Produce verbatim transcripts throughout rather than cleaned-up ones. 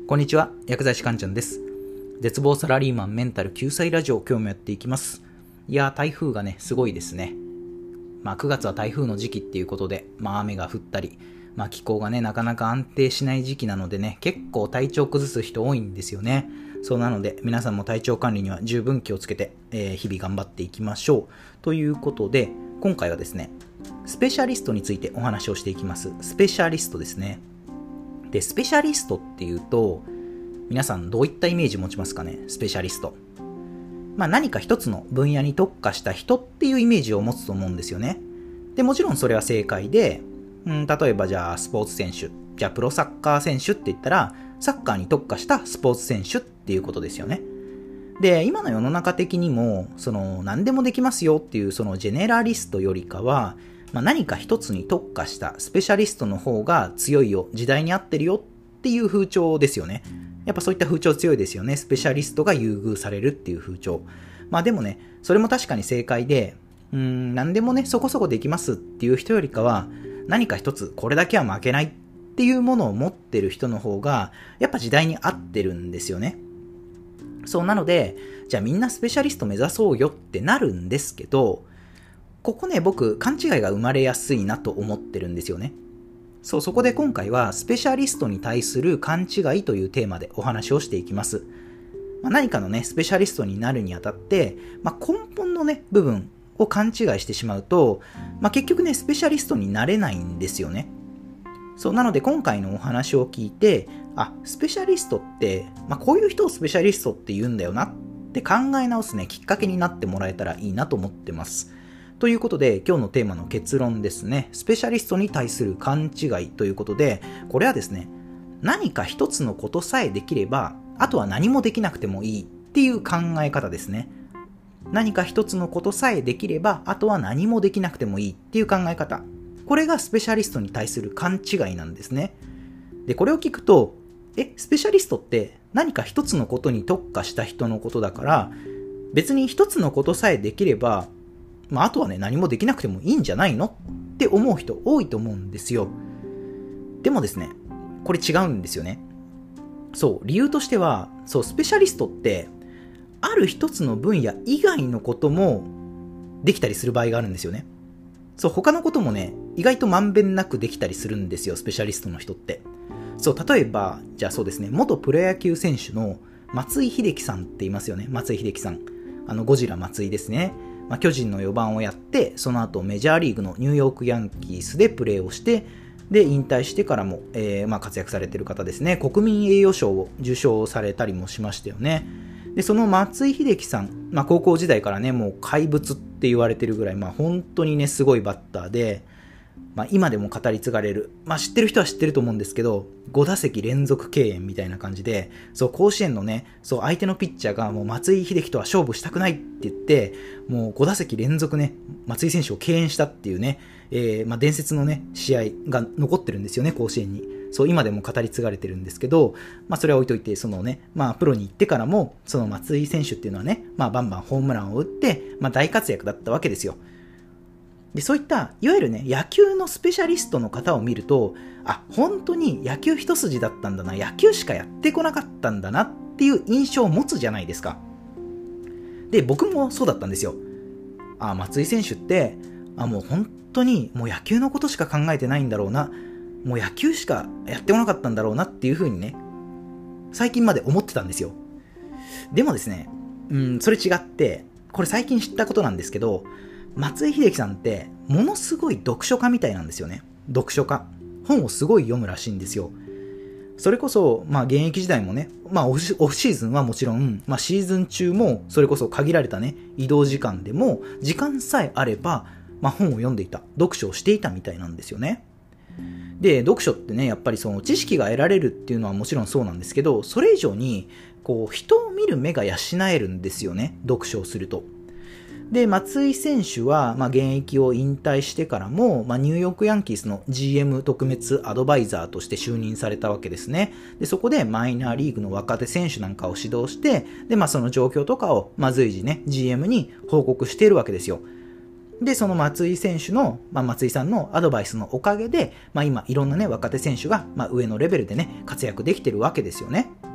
こんにちは、薬剤師かんちゃんです。絶望サラリーマンメンタル救済ラジオ、今日もやっていきます。いやー、台風がね、すごいですね。まあくがつは台風の時期っていうことで、まあ雨が降ったり、まあ気候がね、なかなか安定しない時期なのでね、結構体調崩す人多いんですよね。そうなので、皆さんも体調管理には十分気をつけて、えー、日々頑張っていきましょう。ということで、今回はですね、スペシャリストについてお話をしていきます。スペシャリストですね。で、スペシャリストっていうと、皆さんどういったイメージ持ちますかね、スペシャリスト。まあ何か一つの分野に特化した人っていうイメージを持つと思うんですよね。で、もちろんそれは正解で、うん、例えばじゃあスポーツ選手、じゃあプロサッカー選手って言ったら、サッカーに特化したスポーツ選手っていうことですよね。で、今の世の中的にも、その何でもできますよっていうそのジェネラリストよりかは、まあ、何か一つに特化したスペシャリストの方が強いよ、時代に合ってるよっていう風潮ですよね。やっぱそういった風潮強いですよね。スペシャリストが優遇されるっていう風潮。まあでもね、それも確かに正解で、うーん、何でもね、そこそこできますっていう人よりかは、何か一つこれだけは負けないっていうものを持ってる人の方が、やっぱ時代に合ってるんですよね。そうなので、じゃあみんなスペシャリスト目指そうよってなるんですけど、ここね、僕、勘違いが生まれやすいなと思ってるんですよね。そう、そこで今回は、スペシャリストに対する勘違いというテーマでお話をしていきます。まあ、何かのね、スペシャリストになるにあたって、まあ、根本のね、部分を勘違いしてしまうと、まあ、結局ね、スペシャリストになれないんですよね。そう、なので今回のお話を聞いて、あ、スペシャリストって、まあ、こういう人をスペシャリストって言うんだよなって考え直すね、きっかけになってもらえたらいいなと思ってます。ということで、今日のテーマの結論ですね。スペシャリストに対する勘違いということで、これはですね、何か一つのことさえできれば、あとは何もできなくてもいいっていう考え方ですね。何か一つのことさえできれば、あとは何もできなくてもいいっていう考え方。これがスペシャリストに対する勘違いなんですね。で、これを聞くと、え、スペシャリストって何か一つのことに特化した人のことだから、別に一つのことさえできれば、まあ、あとはね、何もできなくてもいいんじゃないのって思う人多いと思うんですよ。でもですね、これ違うんですよね。そう、理由としては、そう、スペシャリストって、ある一つの分野以外のこともできたりする場合があるんですよね。そう、他のこともね、意外とまんべんなくできたりするんですよ、スペシャリストの人って。そう、例えば、じゃあそうですね、元プロ野球選手の松井秀喜さんって言いますよね、松井秀喜さん。あの、ゴジラ松井ですね。まあ、巨人のよばんをやって、その後メジャーリーグのニューヨークヤンキースでプレーをして、で、引退してからも、えー、まあ活躍されている方ですね。国民栄誉賞を受賞されたりもしましたよね。で、その松井秀喜さん、まあ高校時代からね、もう怪物って言われてるぐらい、まあ本当にね、すごいバッターで、まあ今でも語り継がれる。まあ知ってる人は知ってると思うんですけど、ご打席連続敬遠みたいな感じで、そう、甲子園のね、そう、相手のピッチャーがもう松井秀喜とは勝負したくないって言って、もうご打席連続ね、松井選手を敬遠したっていうね、えー、まあ伝説のね、試合が残ってるんですよね、甲子園に。そう、今でも語り継がれてるんですけど、まあそれは置いといて、そのね、まあプロに行ってからも、その松井選手っていうのはね、まあバンバンホームランを打って、まあ大活躍だったわけですよ。で、そういった、いわゆるね、野球のスペシャリストの方を見ると、あ、本当に野球一筋だったんだな、野球しかやってこなかったんだなっていう印象を持つじゃないですか。で、僕もそうだったんですよ。あ、松井選手って、あ、もう本当にもう野球のことしか考えてないんだろうな、もう野球しかやってこなかったんだろうなっていう風にね、最近まで思ってたんですよ。でもですね、うん、それ違って、これ最近知ったことなんですけど、松井秀喜さんってものすごい読書家みたいなんですよね。読書家。本をすごい読むらしいんですよ。それこそ、まあ現役時代もね、まあオフシーズンはもちろん、まあシーズン中もそれこそ限られたね、移動時間でも時間さえあれば、まあ本を読んでいた、読書をしていたみたいなんですよね。で、読書ってね、やっぱりその知識が得られるっていうのはもちろんそうなんですけど、それ以上に、こう人を見る目が養えるんですよね、読書をすると。で、松井選手は、まあ、現役を引退してからも、まあ、ニューヨークヤンキースの ジーエム 特別アドバイザーとして就任されたわけですね。で、そこでマイナーリーグの若手選手なんかを指導して、で、まあ、その状況とかを、まあ、随時ね、ジーエム に報告しているわけですよ。で、その松井選手の、まあ、松井さんのアドバイスのおかげで、まあ、今、いろんなね、若手選手が、まあ、上のレベルでね、活躍できてるわけですよね。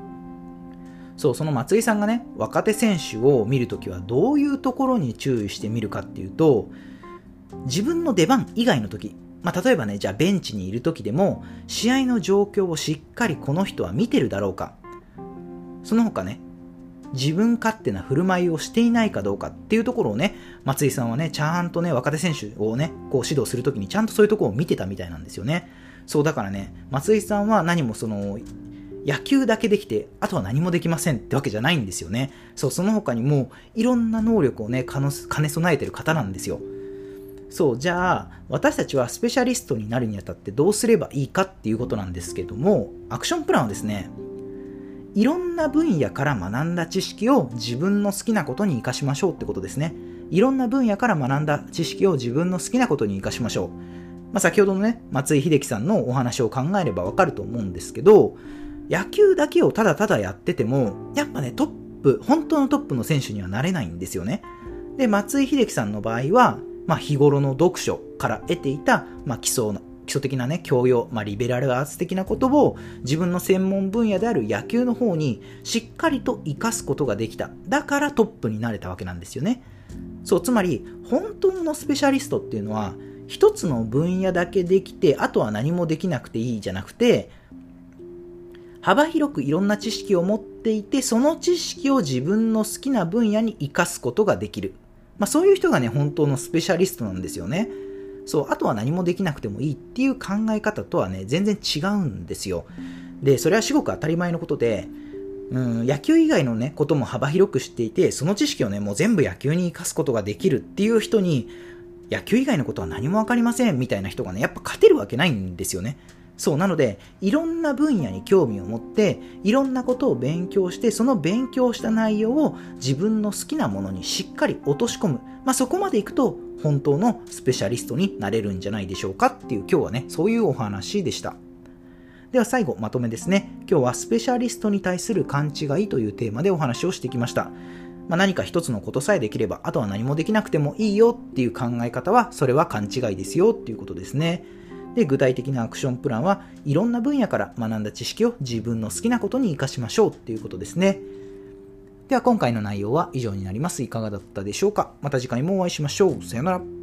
そう、その松井さんがね、若手選手を見るときはどういうところに注意して見るかっていうと、自分の出番以外のとき、まあ、例えばね、じゃあベンチにいるときでも、試合の状況をしっかりこの人は見てるだろうか。その他ね、自分勝手な振る舞いをしていないかどうかっていうところをね、松井さんはね、ちゃんとね、若手選手をね、こう指導するときにちゃんとそういうところを見てたみたいなんですよね。そうだからね、松井さんは何もその、野球だけできて、あとは何もできませんってわけじゃないんですよね。そう、その他にも、いろんな能力をね、兼ね備えてる方なんですよ。そう、じゃあ、私たちはスペシャリストになるにあたってどうすればいいかっていうことなんですけども、アクションプランはですね、いろんな分野から学んだ知識を自分の好きなことに活かしましょうってことですね。いろんな分野から学んだ知識を自分の好きなことに活かしましょう。まあ、先ほどのね、松井秀喜さんのお話を考えればわかると思うんですけど、野球だけをただただやってても、やっぱね、トップ、本当のトップの選手にはなれないんですよね。で、松井秀喜さんの場合は、まあ、日頃の読書から得ていた、まあ、基礎の、基礎的なね、教養、まあ、リベラルアーツ的なことを自分の専門分野である野球の方にしっかりと活かすことができた。だからトップになれたわけなんですよね。そう、つまり、本当のスペシャリストっていうのは、一つの分野だけできて、あとは何もできなくていいじゃなくて、幅広くいろんな知識を持っていて、その知識を自分の好きな分野に活かすことができる。まあ、そういう人がね、本当のスペシャリストなんですよね。そう、あとは何もできなくてもいいっていう考え方とはね、全然違うんですよ。で、それは至極当たり前のことで、うん、野球以外のね、ことも幅広く知っていて、その知識をね、もう全部野球に活かすことができるっていう人に、野球以外のことは何もわかりませんみたいな人がね、やっぱ勝てるわけないんですよね。そう、なので、いろんな分野に興味を持って、いろんなことを勉強して、その勉強した内容を自分の好きなものにしっかり落とし込む。まあ、そこまでいくと、本当のスペシャリストになれるんじゃないでしょうかっていう、今日はね、そういうお話でした。では最後、まとめですね。今日はスペシャリストに対する勘違いというテーマでお話をしてきました。まあ、何か一つのことさえできれば、あとは何もできなくてもいいよっていう考え方は、それは勘違いですよっていうことですね。で、具体的なアクションプランはいろんな分野から学んだ知識を自分の好きなことに活かしましょうっていうことですね。では今回の内容は以上になります。いかがだったでしょうか。また次回もお会いしましょう。さよなら。